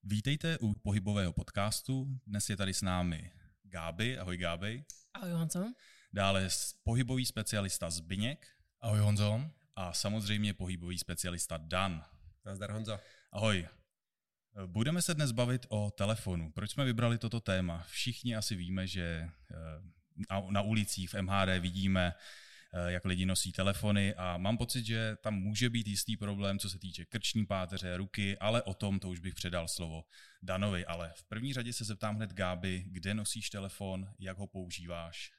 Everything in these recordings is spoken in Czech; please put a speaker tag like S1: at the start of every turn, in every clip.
S1: Vítejte u pohybového podcastu. Dnes je tady s námi Gáby. Ahoj Gáby.
S2: Ahoj Honzo.
S1: Dále pohybový specialista Zbyněk.
S3: Ahoj Honzo.
S1: A samozřejmě pohybový specialista Dan.
S4: Nazdar Honzo.
S1: Ahoj. Budeme se dnes bavit o telefonu. Proč jsme vybrali toto téma? Všichni asi víme, že na ulicích v MHD vidíme, jak lidi nosí telefony a mám pocit, že tam může být jistý problém, co se týče krční páteře, ruky, ale o tom to už bych předal slovo Danovi. Ale v první řadě se zeptám hned Gáby, kde nosíš telefon, jak ho používáš?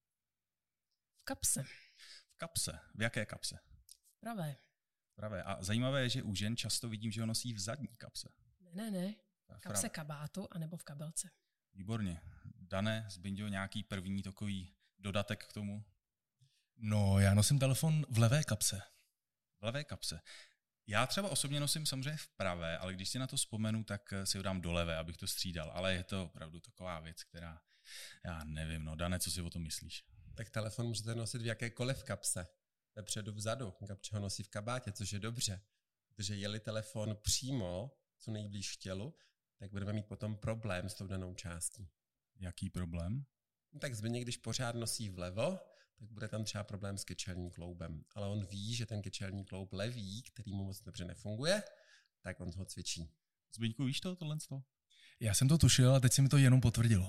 S2: V kapse.
S1: V kapse. V jaké kapse?
S2: V pravé.
S1: Pravé. A zajímavé je, že u žen často vidím, že ho nosí v zadní kapse.
S2: Ne. V kapse kabátu anebo v kabelce.
S1: Výborně. Dane, Zbyňo, nějaký první takový dodatek k tomu?
S3: No, já nosím telefon v levé kapse.
S1: V levé kapse. Já třeba osobně nosím samozřejmě v pravé, ale když si na to vzpomenu, tak si ho dám do levé, abych to střídal. Ale je to opravdu taková věc, která, já nevím, no Dane, co si o tom myslíš?
S4: Tak telefon můžete nosit v jakékoliv kapse. Vepředu, vzadu. Gabča ho nosí v kabátě, což je dobře. Protože je-li telefon přímo, co nejblíž k tělu, tak budeme mít potom problém s tou danou částí.
S1: Jaký problém?
S4: No, tak Zbyněk, když pořád nosí vlevo, tak bude tam třeba problém s kyčelním kloubem. Ale on ví, že ten kyčelní kloub levý, který mu moc dobře nefunguje, tak on ho cvičí.
S1: Zbyňku, víš tohle?
S3: Já jsem to tušil a teď se mi to jenom potvrdilo.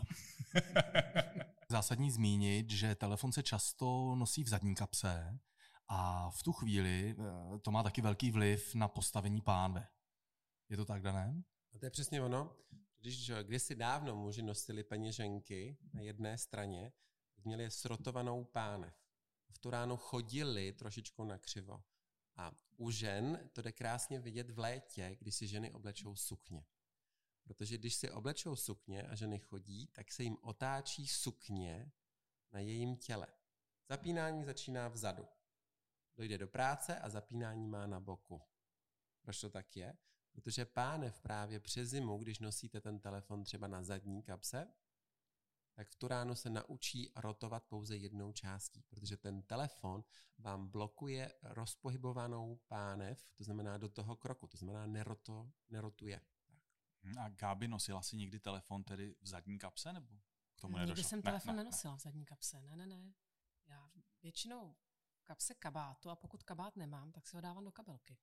S5: Zásadní zmínit, že telefon se často nosí v zadní kapse a v tu chvíli to má taky velký vliv na postavení pánve. Je to tak, Dané?
S4: A to je přesně ono. Když kdysi dávno muži nosili peněženky na jedné straně, tak měli srotovanou pánev. V tu ránu chodili trošičku nakřivo. A u žen to jde krásně vidět v létě, když si ženy oblečou sukně. Protože když si oblečou sukně a ženy chodí, tak se jim otáčí sukně na jejím těle. Zapínání začíná vzadu. Dojde do práce a zapínání má na boku. Proč to tak je? Protože pánev právě přes zimu, když nosíte ten telefon třeba na zadní kapse, tak v tu ránu se naučí rotovat pouze jednou částí, protože ten telefon vám blokuje rozpohybovanou pánev, to znamená do toho kroku, to znamená nerotuje.
S1: A Gáby, nosila si někdy telefon tedy v zadní kapse, nebo k tomu nedošlo?
S2: Nikdy jsem telefon nenosila v zadní kapse, ne. Já většinou v kapse kabátu a pokud kabát nemám, tak si ho dávám do kabelky.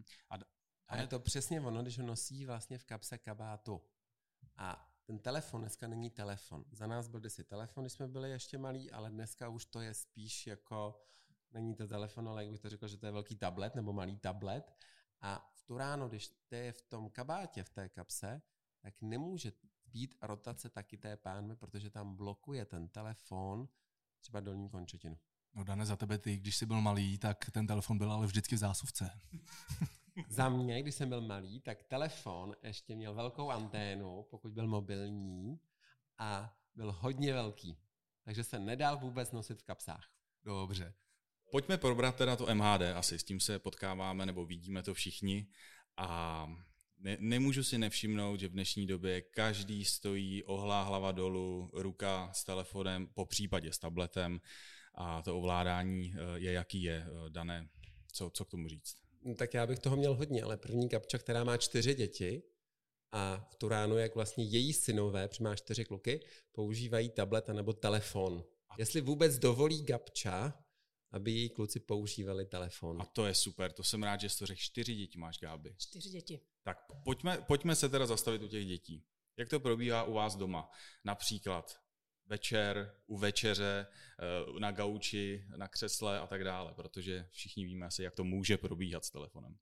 S4: A je to přesně ono, když ho nosí vlastně v kapse kabátu. A ten telefon dneska není telefon. Za nás byl kdysi telefon, když jsme byli ještě malí, ale dneska už to je spíš jako, není to telefon, ale jak bych to řekl, že to je velký tablet nebo malý tablet. A v tu ránu, když to je v tom kabátě, v té kapse, tak nemůže být rotace taky té pánve, protože tam blokuje ten telefon třeba dolní končetinu.
S5: No Dane, za tebe ty, když jsi byl malý, tak ten telefon byl ale vždycky v zásuvce.
S4: Za mě, když jsem byl malý, tak telefon ještě měl velkou anténu, pokud byl mobilní, a byl hodně velký. Takže se nedal vůbec nosit v kapsách.
S5: Dobře.
S1: Pojďme probrat teda to MHD, asi s tím se potkáváme, nebo vidíme to všichni. A nemůžu si nevšimnout, že v dnešní době každý stojí ohlá hlava dolů, ruka s telefonem, po případě s tabletem a to ovládání je jaký je. Dané, co k tomu říct?
S4: Tak já bych toho měl hodně, ale první Gabča, která má 4 děti a v tu ránu, jak vlastně její synové, protože má 4 kluky, používají tablet nebo telefon. Jestli vůbec dovolí Gabča, aby její kluci používali telefon.
S1: A to je super, to jsem rád, že jsi to řekl. 4 děti máš, Gáby.
S2: 4 děti.
S1: Tak pojďme se teda zastavit u těch dětí. Jak to probíhá u vás doma? Například večer, u večeře, na gauči, na křesle a tak dále, protože všichni víme asi, jak to může probíhat s telefonem.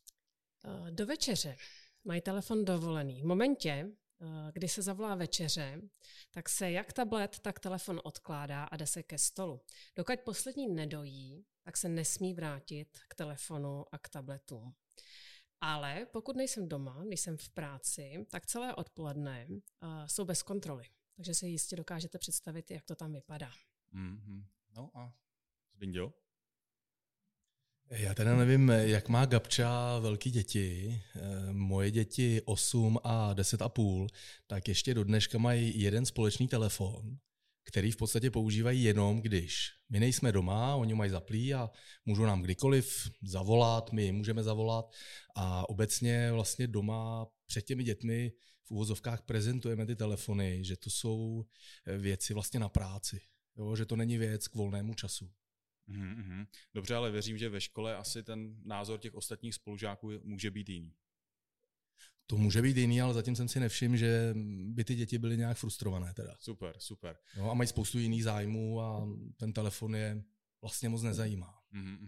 S2: Do večeře mají telefon dovolený. V momentě, kdy se zavolá večeře, tak se jak tablet, tak telefon odkládá a jde se ke stolu. Dokud poslední nedojí, tak se nesmí vrátit k telefonu a k tabletům. Ale pokud nejsem doma, když jsem v práci, tak celé odpoledne jsou bez kontroly. Takže si jistě dokážete představit, jak to tam vypadá.
S1: No a Zbyňo?
S3: Já teda nevím, jak má Gabča velký děti. Moje děti 8 a 10,5, tak ještě do dneška mají jeden společný telefon, který v podstatě používají jenom, když my nejsme doma, oni mají zaplý a můžou nám kdykoliv zavolat, my jim můžeme zavolat a obecně vlastně doma před těmi dětmi v uvozovkách prezentujeme ty telefony, že to jsou věci vlastně na práci, jo? Že to není věc k volnému času.
S1: Dobře, ale věřím, že ve škole asi ten názor těch ostatních spolužáků může být jiný.
S3: To může být jiný, ale zatím jsem si nevšiml, že by ty děti byly nějak frustrované teda.
S1: Super.
S3: No a mají spoustu jiných zájmů a ten telefon je vlastně moc nezajímá.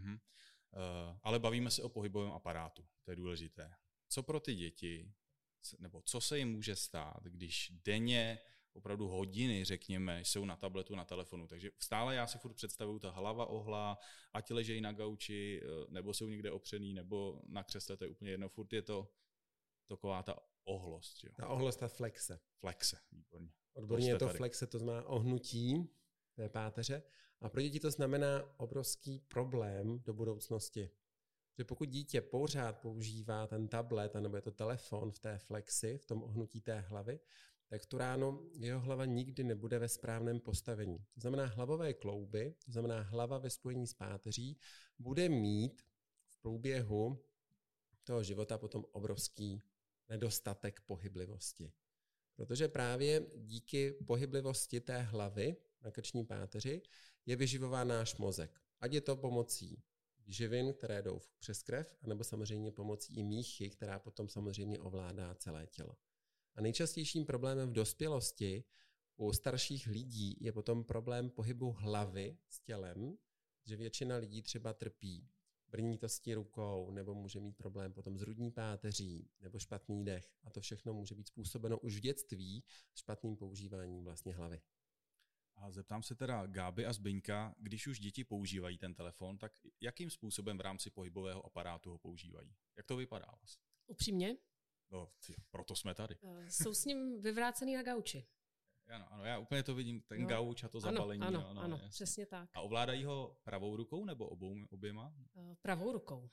S1: Ale bavíme se o pohybovém aparátu, to je důležité. Co pro ty děti, nebo co se jim může stát, když denně opravdu hodiny, řekněme, jsou na tabletu, na telefonu. Takže stále já si furt představuju ta hlava ohlá, ať ležejí na gauči, nebo jsou někde opřený, nebo na křesle, to je úplně jedno. Furt je to taková ta ohlost. Jo?
S4: Ta ohlost, ta flexe.
S1: Flexe, výborně.
S4: Odborně je to flexe, to znamená ohnutí té páteře. A pro děti to znamená obrovský problém do budoucnosti. Že pokud dítě pořád používá ten tablet, anebo je to telefon v té flexi, v tom ohnutí té hlavy, tak tu ráno jeho hlava nikdy nebude ve správném postavení. To znamená hlavové klouby, to znamená hlava ve spojení s páteří, bude mít v průběhu toho života potom obrovský nedostatek pohyblivosti. Protože právě díky pohyblivosti té hlavy na krční páteři je vyživován náš mozek. Ať je to pomocí živin, které jdou přes krev, anebo samozřejmě pomocí i míchy, která potom samozřejmě ovládá celé tělo. A nejčastějším problémem v dospělosti u starších lidí je potom problém pohybu hlavy s tělem, že většina lidí třeba trpí brnitostí rukou, nebo může mít problém potom s hrudní páteří, nebo špatný dech. A to všechno může být způsobeno už v dětství špatným používáním vlastně hlavy.
S1: A zeptám se teda Gáby a Zbyňka, když už děti používají ten telefon, tak jakým způsobem v rámci pohybového aparátu ho používají? Jak to vypadá vlastně?
S2: Upřímně?
S1: No, proto jsme tady.
S2: Jsou s ním vyvrácený na gauči.
S1: Ano, já úplně to vidím, ten gauč a to zabalení.
S2: Ano, přesně tak.
S1: A ovládají ho pravou rukou nebo oběma?
S2: Pravou rukou.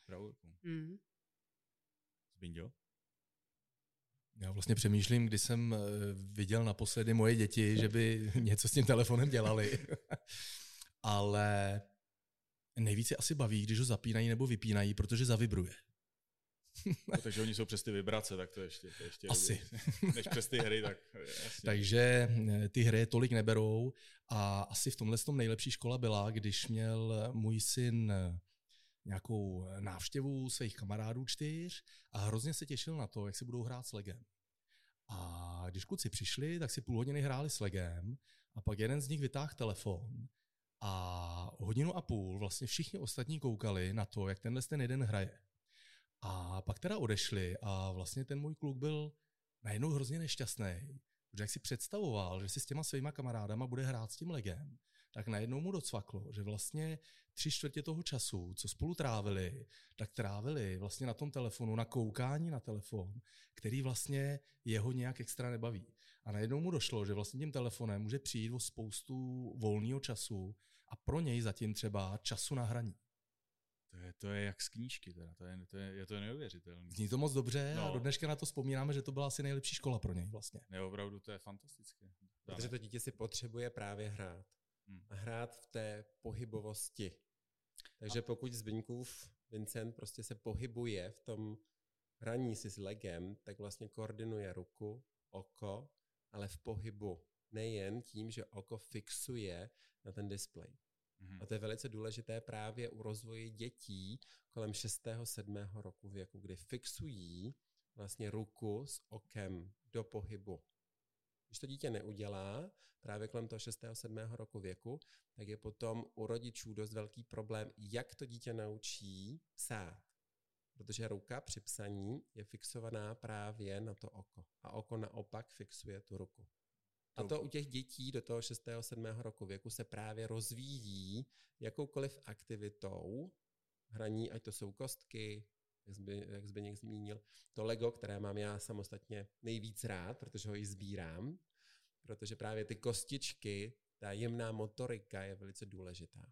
S1: Zbyňo?
S3: Já vlastně přemýšlím, kdy jsem viděl naposledy moje děti, že by něco s tím telefonem dělali. Ale nejvíc je asi baví, když ho zapínají nebo vypínají, protože zavibruje.
S1: No, takže oni jsou přes ty vibrace, tak to ještě
S3: asi.
S1: Než přes ty hry, tak jasně.
S3: Takže ty hry tolik neberou a asi v tomhle tom nejlepší škola byla, když měl můj syn nějakou návštěvu svých kamarádů 4 a hrozně se těšil na to, jak si budou hrát s legem. A když kluci přišli, tak si půl hodiny hráli s legem a pak jeden z nich vytáhl telefon a 1,5 hodiny vlastně všichni ostatní koukali na to, jak ten jeden hraje. A pak teda odešli a vlastně ten můj kluk byl najednou hrozně nešťastný, protože jak si představoval, že si s těma svýma kamarádama bude hrát s tím legem, tak najednou mu docvaklo, že vlastně 3/4 toho času, co spolu trávili, tak trávili vlastně na tom telefonu, na koukání na telefon, který vlastně jeho nějak extra nebaví. A najednou mu došlo, že vlastně tím telefonem může přijít o spoustu volného času a pro něj zatím třeba času na hraní.
S1: To je jak z knížky, teda. Je to neuvěřitelné.
S3: Zní to moc dobře a do dneška na to vzpomínáme, že to byla asi nejlepší škola pro něj vlastně.
S1: Ne, opravdu to je fantastické.
S4: Protože to dítě si potřebuje právě hrát. A hrát v té pohybovosti. Takže pokud Zbyňkův Vincent prostě se pohybuje v tom hraní si s legem, tak vlastně koordinuje ruku, oko, ale v pohybu. Nejen tím, že oko fixuje na ten displej. A to je velice důležité právě u rozvoje dětí kolem 6. 7. roku věku, kdy fixují vlastně ruku s okem do pohybu. Když to dítě neudělá právě kolem toho 6. 7. roku věku, tak je potom u rodičů dost velký problém, jak to dítě naučí psát. Protože ruka při psaní je fixovaná právě na to oko. A oko naopak fixuje tu ruku. A to u těch dětí do toho 6. 7. roku věku se právě rozvíjí jakoukoliv aktivitou hraní, ať to jsou kostky, jak Zbyněk zmínil, to Lego, které mám já samostatně nejvíc rád, protože ho i sbírám, protože právě ty kostičky, ta jemná motorika je velice důležitá.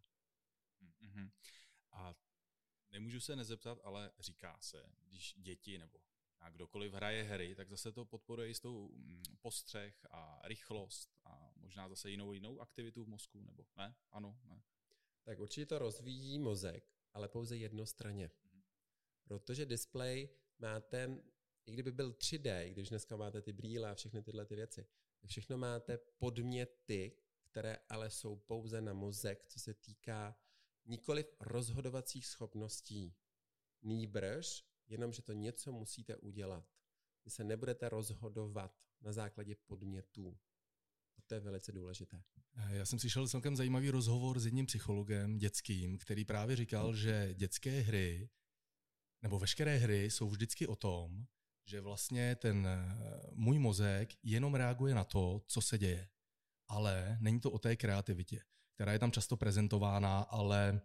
S1: A nemůžu se nezeptat, ale říká se, když děti nebo kdokoliv hraje hry, tak zase to podporuje jistou postřeh a rychlost a možná zase jinou aktivitu v mozku, nebo ne? Ano, ne.
S4: Tak určitě to rozvíjí mozek, ale pouze jednostranně. Protože displej má ten i kdyby byl 3D, když dneska máte ty brýle a všechny tyhle ty věci, všechno máte podměty, které ale jsou pouze na mozek, co se týká nikoliv rozhodovacích schopností. Nýbrž, jenom, že to něco musíte udělat. Vy se nebudete rozhodovat na základě podmětů. A to je velice důležité.
S3: Já jsem slyšel celkem zajímavý rozhovor s jedním psychologem dětským, který právě říkal, že dětské hry, nebo veškeré hry jsou vždycky o tom, že vlastně ten můj mozek jenom reaguje na to, co se děje. Ale není to o té kreativitě, která je tam často prezentována, ale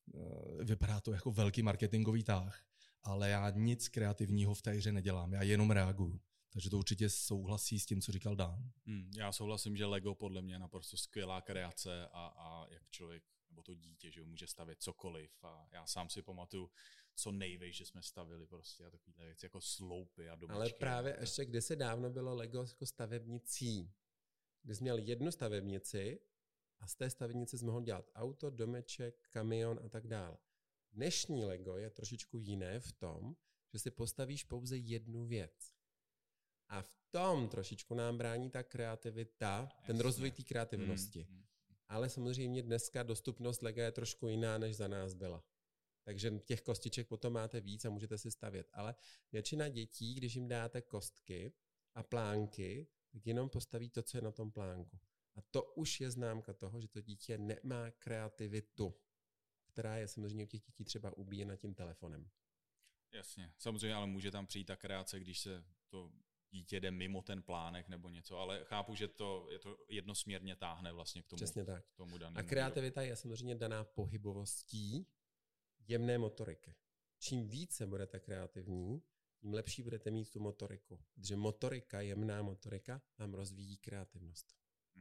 S3: vypadá to jako velký marketingový tah. Ale já nic kreativního v té hře nedělám, já jenom reaguju. Takže to určitě souhlasí s tím, co říkal Dan.
S1: Já souhlasím, že Lego podle mě je naprosto skvělá kreace a jak člověk, nebo to dítě, že může stavět cokoliv. A já sám si pamatuju, co nejvíc, že jsme stavili prostě a takovýhle věci jako sloupy a domičky.
S4: Ale právě ještě kdysi dávno bylo Lego jako stavebnicí. Kdy jsi měl jednu stavebnici a z té stavebnice jsi mohl dělat auto, domeček, kamion a tak dále. Dnešní Lego je trošičku jiné v tom, že si postavíš pouze jednu věc. A v tom trošičku nám brání ta kreativita, ten rozvoj té kreativnosti. Ale samozřejmě dneska dostupnost Lega je trošku jiná, než za nás byla. Takže těch kostiček potom máte víc a můžete si stavět. Ale většina dětí, když jim dáte kostky a plánky, tak jenom postaví to, co je na tom plánku. A to už je známka toho, že to dítě nemá kreativitu, která je samozřejmě u těch dětí třeba ubíjena tím telefonem.
S1: Jasně, samozřejmě, ale může tam přijít ta kreace, když se to dítě jde mimo ten plánek nebo něco, ale chápu, že to jednosměrně táhne vlastně k tomu.
S4: Přesně tak.
S1: K tomu danému.
S4: A kreativita je samozřejmě daná pohybovostí jemné motoriky. Čím více budete kreativní, tím lepší budete mít tu motoriku. Protože motorika, jemná motorika, vám rozvíjí kreativnost.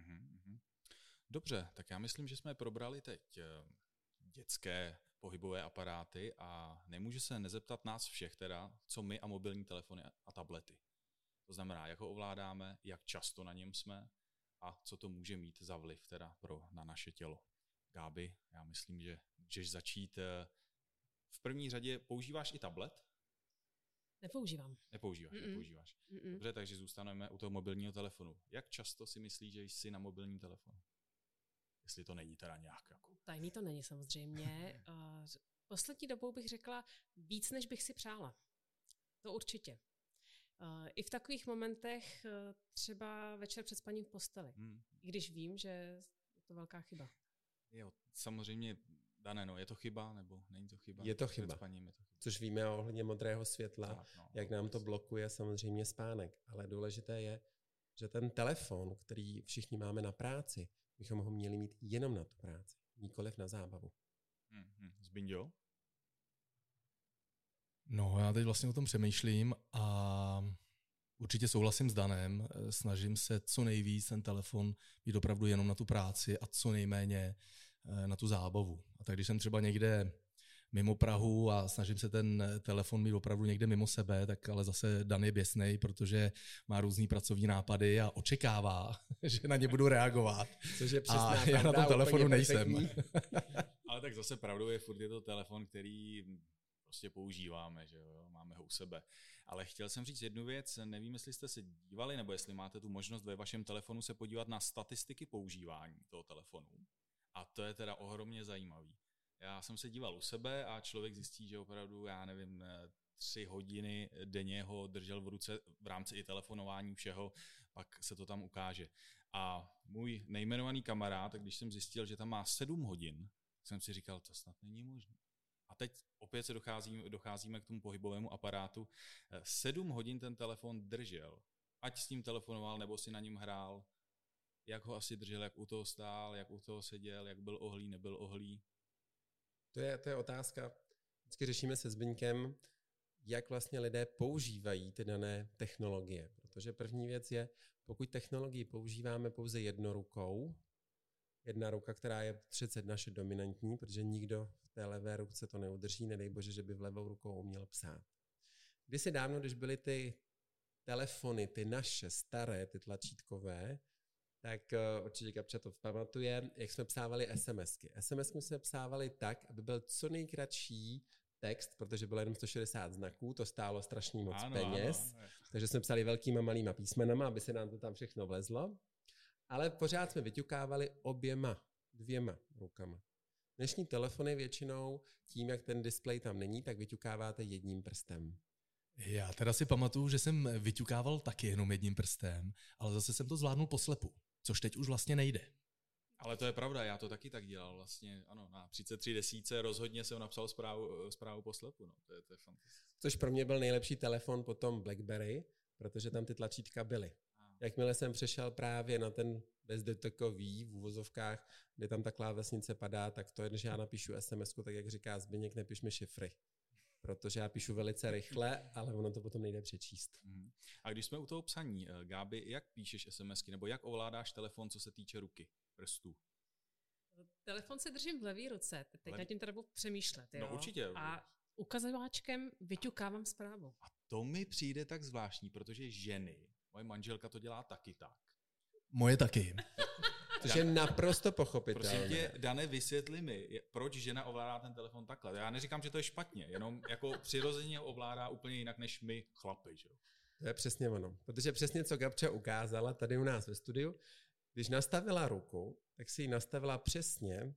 S1: Dobře, tak já myslím, že jsme probrali teď dětské pohybové aparáty a nemůže se nezeptat nás všech teda, co my a mobilní telefony a tablety. To znamená, jak ho ovládáme, jak často na něm jsme a co to může mít za vliv teda na naše tělo. Gábi, já myslím, že můžeš začít. V první řadě používáš i tablet?
S2: Nepoužívám.
S1: Nepoužíváš. Dobře, takže zůstaneme u toho mobilního telefonu. Jak často si myslíš, že jsi na mobilním telefonu? Jestli to není teda nějak jako...
S2: Tajný to není samozřejmě. Poslední dobou bych řekla víc, než bych si přála. To určitě. I v takových momentech třeba večer před spaním v posteli. I když vím, že je to velká chyba.
S1: Jo, samozřejmě, Dané, no, je to chyba, nebo není to chyba?
S4: Je to chyba.
S1: Spaním, je to chyba.
S4: Což víme ohledně modrého světla,
S1: tak,
S4: jak nám to blokuje samozřejmě spánek. Ale důležité je, že ten telefon, který všichni máme na práci, bychom ho měli mít jenom na tu práci, nikoliv na zábavu.
S1: Zbinďo?
S3: No, já teď vlastně o tom přemýšlím a určitě souhlasím s Danem. Snažím se co nejvíc ten telefon mít opravdu jenom na tu práci a co nejméně na tu zábavu. A tak když jsem třeba někde mimo Prahu a snažím se ten telefon mít opravdu někde mimo sebe, tak ale zase Dan je běsnej, protože má různý pracovní nápady a očekává, že na ně budu reagovat.
S4: Což je přesná
S3: a já na tom telefonu nejsem.
S1: Ale tak zase pravdou je, furt je to telefon, který prostě používáme, že jo, máme ho u sebe. Ale chtěl jsem říct jednu věc, nevím, jestli jste se dívali, nebo jestli máte tu možnost ve vašem telefonu se podívat na statistiky používání toho telefonu. A to je teda ohromně zajímavý. Já jsem se díval u sebe a člověk zjistí, že opravdu, já nevím, 3 hodiny denně ho držel v ruce v rámci i telefonování všeho, pak se to tam ukáže. A můj nejmenovaný kamarád, když jsem zjistil, že tam má 7 hodin, jsem si říkal, to snad není možné. A teď opět se docházíme k tomu pohybovému aparátu. 7 hodin ten telefon držel. Ať s ním telefonoval, nebo si na něm hrál. Jak ho asi držel, jak u toho stál, jak u toho seděl, jak byl ohlý, nebyl ohlý.
S4: To je otázka. Vždycky řešíme se Zbyňkem, jak vlastně lidé používají ty dané technologie. Protože první věc je, pokud technologii používáme pouze jednorukou, jedna ruka, která je přece naše dominantní, protože nikdo v té levé ruce to neudrží, nedej bože, že by v levou rukou uměl psát. Kdysi dávno, když byly ty telefony, ty naše staré, ty tlačítkové, tak určitě Kapča to pamatuje, jak jsme psávali SMSky. SMSky jsme psávali tak, aby byl co nejkratší text, protože bylo jenom 160 znaků, to stálo strašně moc
S1: Ano,
S4: peněz,
S1: ano.
S4: takže jsme psali velkýma malýma písmenama, aby se nám to tam všechno vlezlo, ale pořád jsme vyťukávali dvěma rukama. Dnešní telefony většinou tím, jak ten displej tam není, tak vyťukáváte jedním prstem.
S3: Já teda si pamatuju, že jsem vyťukával taky jenom jedním prstem, ale zase jsem to zvládnul poslepu, což teď už vlastně nejde.
S1: Ale to je pravda, já to taky tak dělal vlastně, ano, na 33 desíce rozhodně jsem napsal zprávu poslepu, no, to je fantastické.
S4: Což pro mě byl nejlepší telefon potom BlackBerry, protože tam ty tlačítka byly. Jakmile jsem přešel právě na ten bezdotykový v uvozovkách, kde tam ta klávesnice padá, tak to je, když já napíšu SMS-ku, tak jak říká Zbyněk, nepiš mi šifry. Protože já píšu velice rychle, ale ono to potom nejde přečíst.
S1: A když jsme u toho psaní, Gáby, jak píšeš SMSky, nebo jak ovládáš telefon, co se týče ruky, prstů?
S2: Telefon si držím v levé ruce, teď nad tím teda budu přemýšlet. Jo?
S1: No určitě.
S2: A ukazováčkem vyťukávám zprávu.
S1: A to mi přijde tak zvláštní, protože ženy, moje manželka to dělá taky tak.
S3: Moje taky.
S4: Což je naprosto pochopitelné.
S1: Prosím tě, Dane, vysvětli mi, proč žena ovládá ten telefon takhle. Já neříkám, že to je špatně, jenom jako přirozeně ho ovládá úplně jinak než my chlapi. Že?
S4: To je přesně ono. Protože přesně, co Gabča ukázala tady u nás ve studiu, když nastavila ruku, tak si ji nastavila přesně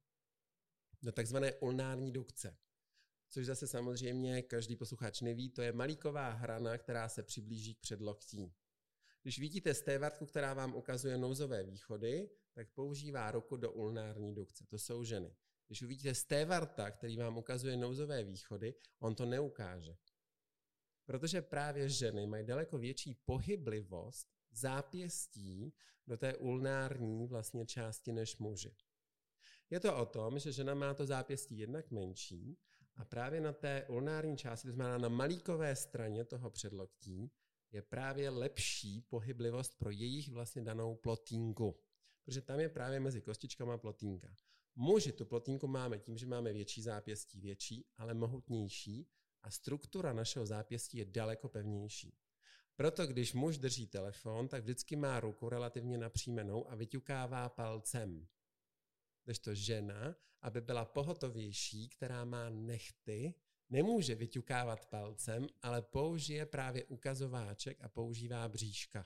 S4: do takzvané ulnární dukce. Což zase samozřejmě každý posluchač neví, to je malíková hrana, která se přiblíží k předloktí. Když vidíte stévarku, která vám ukazuje nouzové východy, tak používá ruku do ulnární dukce. To jsou ženy. Když uvidíte stévarta, který vám ukazuje nouzové východy, on to neukáže. Protože právě ženy mají daleko větší pohyblivost zápěstí do té ulnární vlastně části než muži. Je to o tom, že žena má to zápěstí jednak menší a právě na té ulnární části, to znamená na malíkové straně toho předloktí, je právě lepší pohyblivost pro jejich vlastně danou plotínku. Protože tam je právě mezi kostičkama plotínka. Muži tu plotínku máme tím, že máme větší zápěstí, větší, ale mohutnější a struktura našeho zápěstí je daleko pevnější. Proto když muž drží telefon, tak vždycky má ruku relativně napřímenou a vyťukává palcem. Kdežto žena, aby byla pohotovější, která má nehty, nemůže vyťukávat palcem, ale použije právě ukazováček a používá bříška.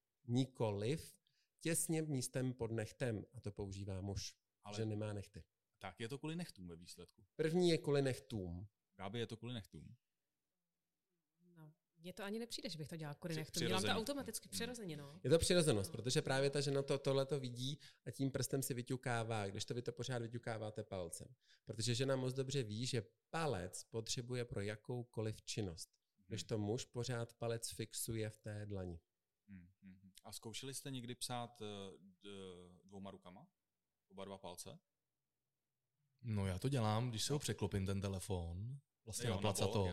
S4: Nikoliv těsně místem pod nehtem, a to používá muž, že nemá nehty.
S1: Tak je to kvůli nechtům ve výsledku.
S4: První je kvůli nechtům.
S1: Gáby, je to kvůli nechtům?
S2: No, mně to ani nepřijde, že bych to dělala kvůli nechtům. Dělám to automaticky, přirozeně. No.
S4: Je to přirozenost, protože právě ta žena tohleto vidí a tím prstem si vyťukává, když to vy to pořád vyťukáváte palcem. Protože žena moc dobře ví, že palec potřebuje pro jakoukoliv činnost. Když to muž pořád palec fixuje v té dlani.
S1: A zkoušeli jste někdy psát dvouma rukama? Oba dva palce?
S3: No já to dělám, když se ho překlopím ten telefon, vlastně na placato.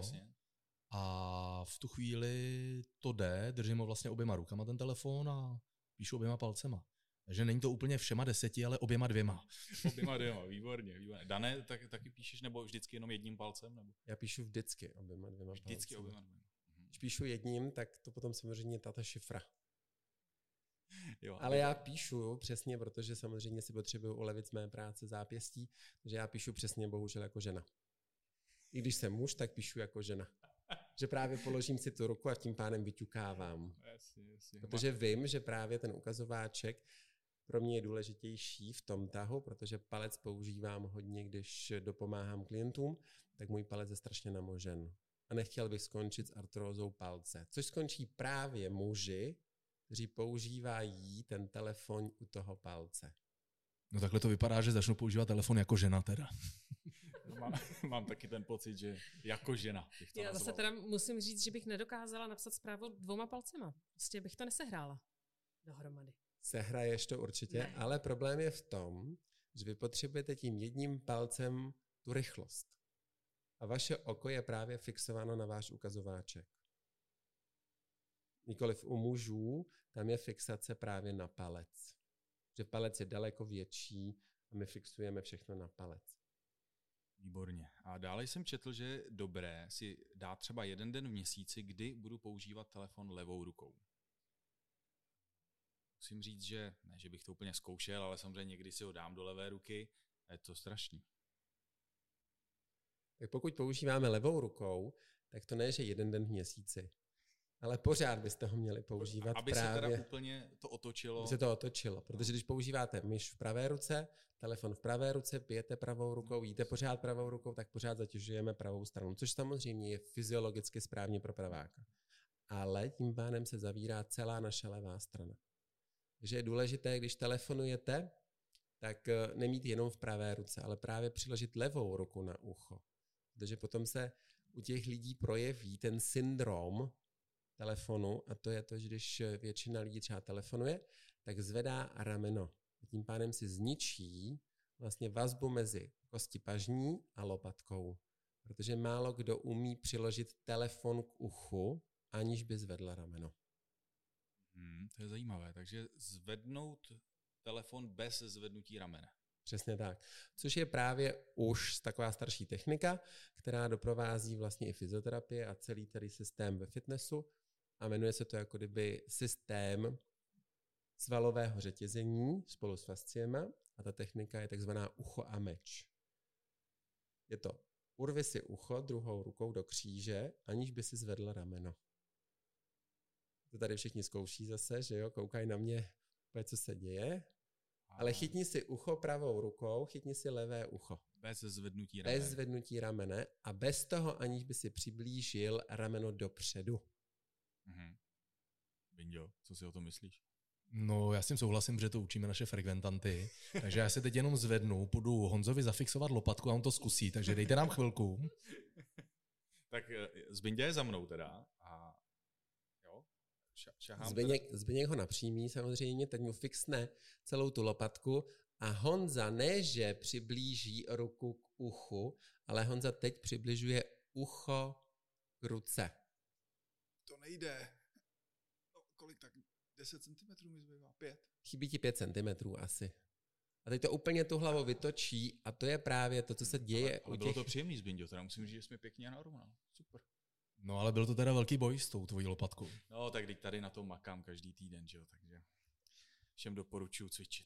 S3: A v tu chvíli to jde, držím ho vlastně oběma rukama ten telefon a píšu oběma palcema. Takže není to úplně všema 10, ale oběma 2.
S1: Oběma 2, výborně. Dane, taky píšeš nebo vždycky jenom jedním palcem? Nebo?
S4: Já píšu vždycky oběma 2
S1: Vždycky
S4: palcem.
S1: oběma 2.
S4: Když píšu jedním, tak to potom samozřejmě tato šifra.
S1: Jo,
S4: ale já píšu přesně, protože samozřejmě si potřebuju ulevit z mé práce zápěstí, takže já píšu přesně bohužel jako žena. I když jsem muž, tak píšu jako žena. Že právě položím si tu ruku a tím pádem vyťukávám.
S1: Jasně.
S4: Protože vím, že právě ten ukazováček pro mě je důležitější v tom tahu, protože palec používám hodně, když dopomáhám klientům, tak můj palec je strašně namožen. A nechtěl bych skončit s artrózou palce. Což skončí právě muži, kteří používají ten telefon u toho palce.
S3: No takhle to vypadá, že začnu používat telefon jako žena teda.
S1: Mám taky ten pocit, že jako žena bych to
S2: Já
S1: nazval.
S2: zase teda musím říct, že bych nedokázala napsat zprávu 2 palcema. Prostě bych to nesehrála dohromady.
S4: Sehraješ to určitě, ne. Ale problém je v tom, že vy potřebujete tím jedním palcem tu rychlost. A vaše oko je právě fixováno na váš ukazováček. Nikoliv u mužů, tam je fixace právě na palec. Že palec je daleko větší a my fixujeme všechno na palec.
S1: Výborně. A dále jsem četl, že je dobré si dát třeba jeden den v měsíci, kdy budu používat telefon levou rukou. Musím říct, že ne, že bych to úplně zkoušel, ale samozřejmě někdy si ho dám do levé ruky a je to strašný.
S4: Tak pokud používáme levou rukou, tak to ne, že jeden den v měsíci, ale pořád byste ho měli používat
S1: aby
S4: právě.
S1: se teda úplně to otočilo.
S4: Aby se to otočilo, protože když používáte myš v pravé ruce, telefon v pravé ruce, pijete pravou rukou, jíte pořád pravou rukou, tak pořád zatěžujeme pravou stranu, což samozřejmě je fyziologicky správně pro praváka. Ale tím pádem se zavírá celá naše levá strana. Takže je důležité, když telefonujete, tak nemít jenom v pravé ruce, ale právě přiložit levou ruku na ucho. Protože potom se u těch lidí projeví ten syndrom telefonu a to je to, že když většina lidí třeba telefonuje, tak zvedá rameno. A tím pádem si zničí vlastně vazbu mezi kosti pažní a lopatkou. Protože málo kdo umí přiložit telefon k uchu, aniž by zvedl rameno.
S1: To je zajímavé. Takže zvednout telefon bez zvednutí ramene.
S4: Přesně tak. Což je právě už taková starší technika, která doprovází vlastně i fyzioterapie a celý tady systém ve fitnessu a jmenuje se to jako kdyby systém svalového řetězení spolu s fasciema a ta technika je takzvaná ucho a meč. Je to urvi si ucho druhou rukou do kříže, aniž by si zvedl rameno. To tady všichni zkouší zase, že jo, koukají na mě, co se děje. Ale chytni si ucho pravou rukou, chytni si levé ucho.
S1: Bez zvednutí ramene.
S4: Bez zvednutí ramene a bez toho, aniž by si přiblížil rameno dopředu.
S1: Binďo, co si o tom myslíš?
S3: No, já s tím souhlasím, že to učíme naše frekventanty, takže já se teď jenom zvednu, půjdu Honzovi zafixovat lopatku a on to zkusí, takže dejte nám chvilku.
S1: Tak Zbyňa je za mnou teda a jo, šahám.
S4: Zbyněk ho napřímí samozřejmě, teď mu fixne celou tu lopatku a Honza ne, že přiblíží ruku k uchu, ale Honza teď přibližuje ucho k ruce.
S1: To nejde. No, kolik tak? 10 cm mi zbývá? 5?
S4: Chybí ti 5 cm asi. A teď to úplně tu hlavu vytočí a to je právě to, co se děje.
S1: Ale bylo to příjemný, Zbyňo, teda musím říct, že jsi mi pěkně narovnal. Super.
S3: No ale byl to teda velký boj s tou tvojí lopatkou.
S1: No tak teď tady na tom makám každý týden, že jo, takže všem doporučuji cvičit.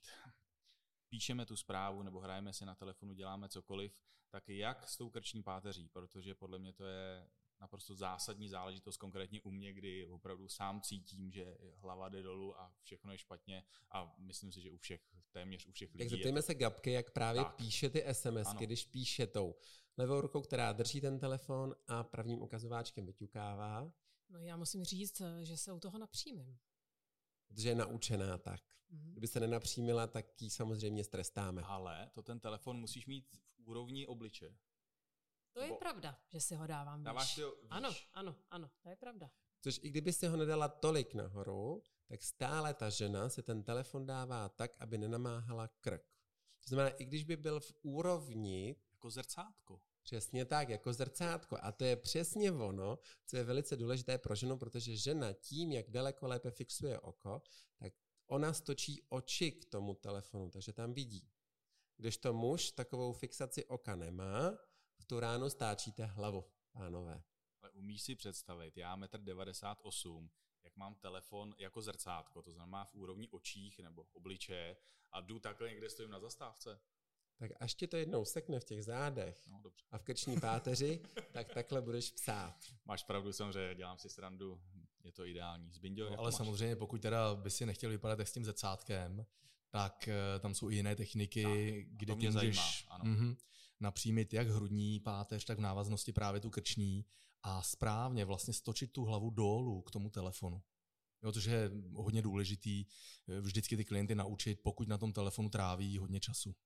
S1: Píšeme tu zprávu nebo hrajeme si na telefonu, děláme cokoliv, tak jak s tou krční páteří, protože podle mě to je naprosto zásadní záležitost, konkrétně u mě, kdy opravdu sám cítím, že hlava jde dolů a všechno je špatně a myslím si, že téměř u všech lidí.
S4: Tak zeptejme se Gabky, jak právě
S1: tak
S4: píše ty SMSky, ano. Když píše tou levou rukou, která drží ten telefon a pravým ukazováčkem vyťukává.
S2: No já musím říct, že se u toho napřímím.
S4: Protože je naučená tak. Kdyby se nenapřímila, tak ji samozřejmě strestáme.
S1: Ale to ten telefon musíš mít v úrovni obličeje.
S2: To je pravda, že si ho dávám výš.
S1: Dáváš to výš.
S2: Ano, to je pravda.
S4: Což i kdyby si ho nedala tolik nahoru, tak stále ta žena si ten telefon dává tak, aby nenamáhala krk. To znamená, i když by byl v úrovni...
S1: Jako zrcátko.
S4: Přesně tak, jako zrcátko. A to je přesně ono, co je velice důležité pro ženu, protože žena tím, jak daleko lépe fixuje oko, tak ona stočí oči k tomu telefonu, takže tam vidí. Kdežto muž takovou fixaci oka nemá, v tu ránu stáčíte hlavu, pánové.
S1: Ale umíš si představit, já 1,98 m, jak mám telefon jako zrcátko, to znamená v úrovni očích nebo obličeje a jdu takhle někde stojím na zastávce.
S4: Tak až ti to jednou sekne v těch zádech a v krční páteři, tak takhle budeš psát.
S1: Máš pravdu, samozřejmě, dělám si srandu, je to ideální. Zbyňo,
S3: no, ale samozřejmě, pokud teda by si nechtěl vypadat jak s tím zrcátkem, tak tam jsou i jiné techniky, kde ty můžeš napřímit jak hrudní páteř, tak v návaznosti právě tu krční a správně vlastně stočit tu hlavu dolů k tomu telefonu. Jo, což je hodně důležitý vždycky ty klienty naučit, pokud na tom telefonu tráví hodně času.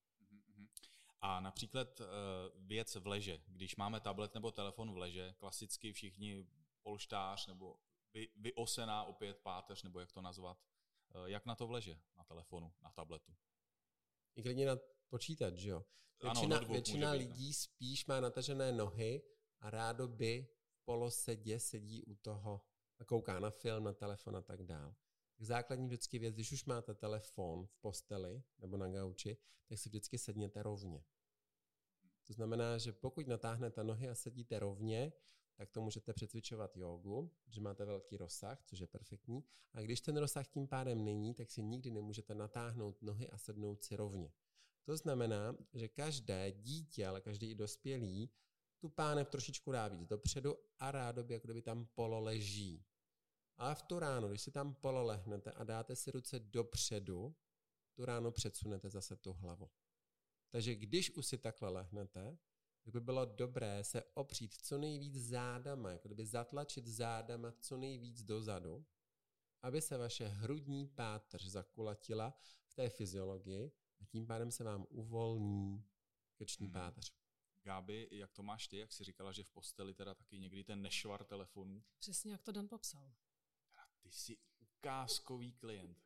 S1: A například věc v leže, když máme tablet nebo telefon v leže, klasicky všichni polštář nebo vyosená opět páteř, nebo jak to nazvat, jak na to v leže, na telefonu, na tabletu?
S4: I klidně na počítač, že jo? Většina lidí spíš má natažené nohy a rádoby v polosedě sedí u toho a kouká na film, na telefon a tak dál. Tak základní vždycky věc, když už máte telefon v posteli nebo na gauči, tak si vždycky sedněte rovně. To znamená, že pokud natáhnete nohy a sedíte rovně, tak to můžete přecvičovat jógu, že máte velký rozsah, což je perfektní. A když ten rozsah tím pádem není, tak si nikdy nemůžete natáhnout nohy a sednout si rovně. To znamená, že každé dítě, ale každý i dospělý tu pánev trošičku dá víc dopředu a rádoby, jako kdyby tam pololeží. A v tu ránu, když si tam pololehnete a dáte si ruce dopředu, tu ránu předsunete zase tu hlavu. Takže když už si takhle lehnete, tak by bylo dobré se opřít co nejvíc zádama, jako kdyby zatlačit zádama co nejvíc dozadu, aby se vaše hrudní páteř zakulatila v té fyziologii a tím pádem se vám uvolní krční páteř.
S1: Gáby, jak to máš ty, jak jsi říkala, že v posteli teda taky někdy ten nešvar telefonů?
S2: Přesně jak to Dan popsal.
S1: Ty jsi ukázkový klient.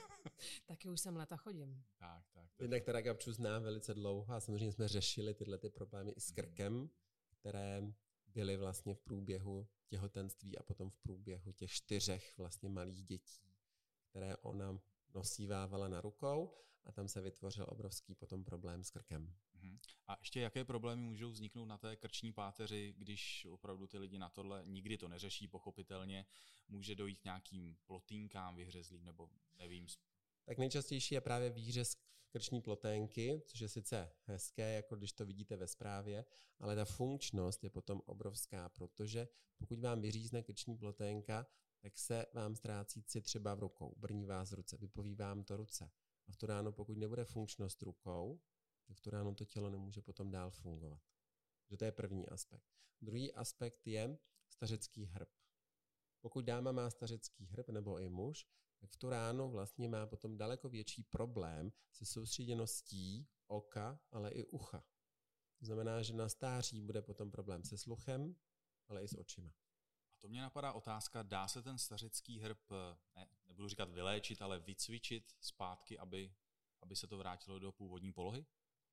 S2: Taky už jsem léta chodím.
S1: Tak.
S4: Jednak teda Gabču znám velice dlouho a samozřejmě jsme řešili tyhle ty problémy i s krkem, které byly vlastně v průběhu těhotenství a potom v průběhu těch 4 vlastně malých dětí, které ona nosívávala na rukou a tam se vytvořil obrovský potom problém s krkem.
S1: A ještě jaké problémy můžou vzniknout na té krční páteři, když opravdu ty lidi na tohle nikdy to neřeší, pochopitelně, může dojít k nějakým plotýnkám vyhřezlým nebo nevím.
S4: Tak nejčastější je právě výřez krční ploténky, což je sice hezké, jako když to vidíte ve zprávě, ale ta funkčnost je potom obrovská, protože pokud vám vyřízne krční ploténka, tak se vám ztrácí cit třeba v rukou, brní vás ruce, vypoví vám to ruce. A v tu ránu, pokud nebude funkčnost rukou, tak v tu ránu to tělo nemůže potom dál fungovat. Takže to je první aspekt. Druhý aspekt je stařecký hrb. Pokud dáma má stařecký hrb nebo i muž, tak v tu ránu vlastně má potom daleko větší problém se soustředěností oka, ale i ucha. To znamená, že na stáří bude potom problém se sluchem, ale i s očima.
S1: A to mě napadá otázka, dá se ten stařecký hrb, nebudu říkat vyléčit, ale vycvičit zpátky, aby se to vrátilo do původní polohy?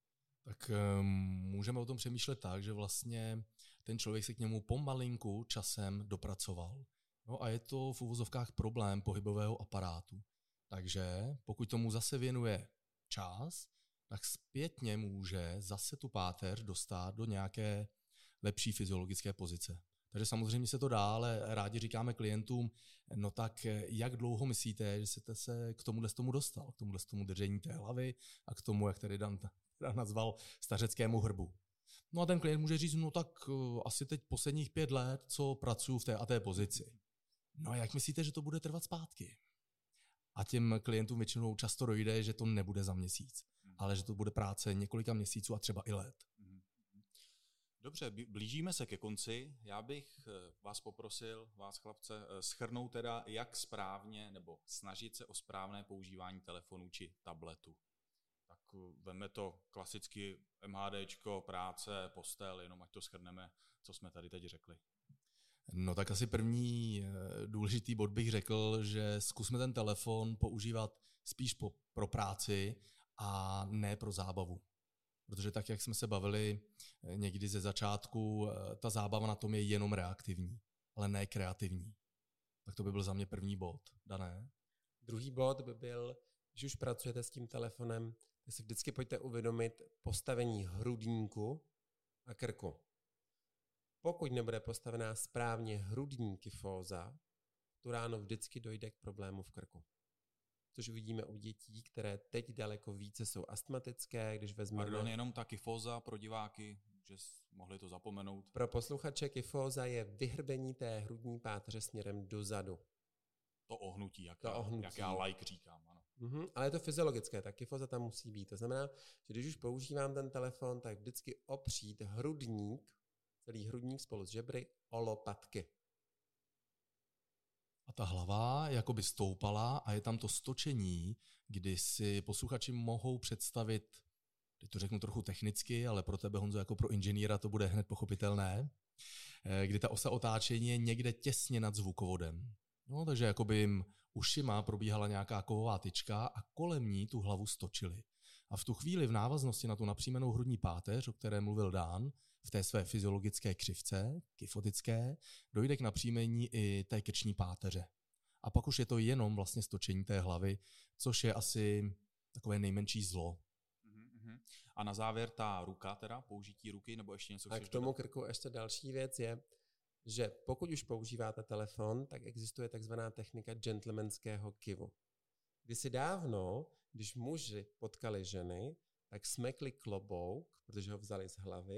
S3: Tak můžeme o tom přemýšlet tak, že vlastně ten člověk se k němu pomalinku časem dopracoval. No a je to v uvozovkách problém pohybového aparátu. Takže pokud tomu zase věnuje čas, tak zpětně může zase tu páteř dostat do nějaké lepší fyziologické pozice. Takže samozřejmě se to dá, ale rádi říkáme klientům, no tak jak dlouho myslíte, že jste se k tomu dostal, k tomu držení té hlavy a k tomu, jak tady Dan nazval, stařeckému hrbu. No a ten klient může říct, no tak asi teď posledních 5 let, co pracuji v té a té pozici. No a jak myslíte, že to bude trvat zpátky? A těm klientům většinou často dojde, že to nebude za měsíc, ale že to bude práce několika měsíců a třeba i let.
S1: Dobře, blížíme se ke konci. Já bych vás poprosil, vás chlapce, shrnout teda, jak správně nebo snažit se o správné používání telefonu či tabletu. Tak veme to klasicky MHDčko, práce, postel, jenom ať to shrneme, co jsme tady teď řekli.
S3: No tak asi první důležitý bod bych řekl, že zkusme ten telefon používat spíš pro práci a ne pro zábavu. Protože tak, jak jsme se bavili někdy ze začátku, ta zábava na tom je jenom reaktivní, ale ne kreativní. Tak to by byl za mě první bod. Dané?
S4: Druhý bod by byl, když už pracujete s tím telefonem, tak si vždycky pojďte uvědomit postavení hrudníku a krku. Pokud nebude postavená správně hrudní kyfóza, tu ráno vždycky dojde k problému v krku. Což uvidíme u dětí, které teď daleko více jsou astmatické, když vezmeme...
S1: Pardon, jenom ta kyfóza pro diváky, že mohli to zapomenout.
S4: Pro posluchače kyfóza je vyhrbení té hrudní páteře směrem dozadu.
S1: To ohnutí, jak já like říkám. Ano.
S4: Ale je to fyziologické, ta kyfóza tam musí být. To znamená, že když už používám ten telefon, tak vždycky opřít hrudník, celý hrudník spolu s žebry o lopatky.
S3: A ta hlava jakoby stoupala a je tam to stočení, kdy si posluchači mohou představit, teď to řeknu trochu technicky, ale pro tebe, Honzo, jako pro inženýra to bude hned pochopitelné, kdy ta osa otáčení je někde těsně nad zvukovodem. No, takže jakoby jim ušima probíhala nějaká kovová tyčka a kolem ní tu hlavu stočili. A v tu chvíli v návaznosti na tu napřímenou hrudní páteř, o které mluvil Dan, v té své fyziologické křivce, kyfotické, dojde k napřímení i té krční páteře. A pak už je to jenom vlastně stočení té hlavy, což je asi takové nejmenší zlo.
S1: A na závěr ta ruka, teda použití ruky, nebo ještě něco?
S4: A k tomu krku ještě další věc je, že pokud už používáte telefon, tak existuje takzvaná technika gentlemanského kyvu. Kdysi dávno, když muži potkali ženy, tak smekli klobouk, protože ho vzali z hlavy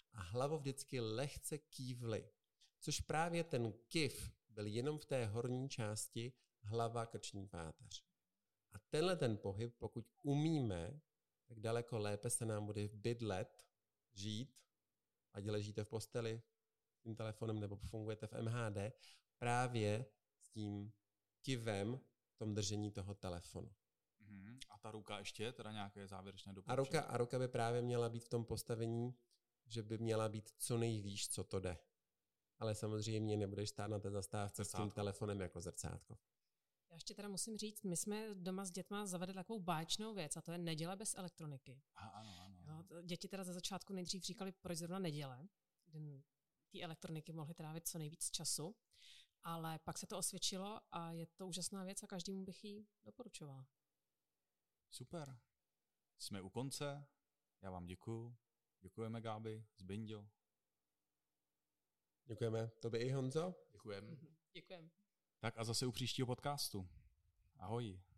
S4: a hlavou vždycky lehce kývli. Což právě ten kyv byl jenom v té horní části hlava, krční páteř. A tenhle ten pohyb, pokud umíme, tak daleko lépe se nám bude bydlet, žít, ať ležíte v posteli s tím telefonem nebo fungujete v MHD, právě s tím kyvem v tom držení toho telefonu.
S1: A ta ruka ještě, teda nějaké závěrečné doporučení?
S4: A ruka by právě měla být v tom postavení, že by měla být co nejvýš, co to jde. Ale samozřejmě nebudeš stát na té zastávce s tím telefonem jako zrcátko.
S2: Já ještě teda musím říct, my jsme doma s dětma zavedli takovou báječnou věc a to je neděle bez elektroniky.
S1: Ano.
S2: Jo, děti teda za začátku nejdřív říkali, proč zrovna neděle, kdy ty elektroniky mohly trávit co nejvíc času, ale pak se to osvědčilo a je to úžasná věc a každému bych ji doporučovala.
S1: Super. Jsme u konce. Já vám děkuju. Děkujeme, Gábi, Zbinďo.
S4: Děkujeme. Tobě i Honzo.
S3: Děkujeme.
S2: Děkujeme.
S1: Tak a zase u příštího podcastu. Ahoj.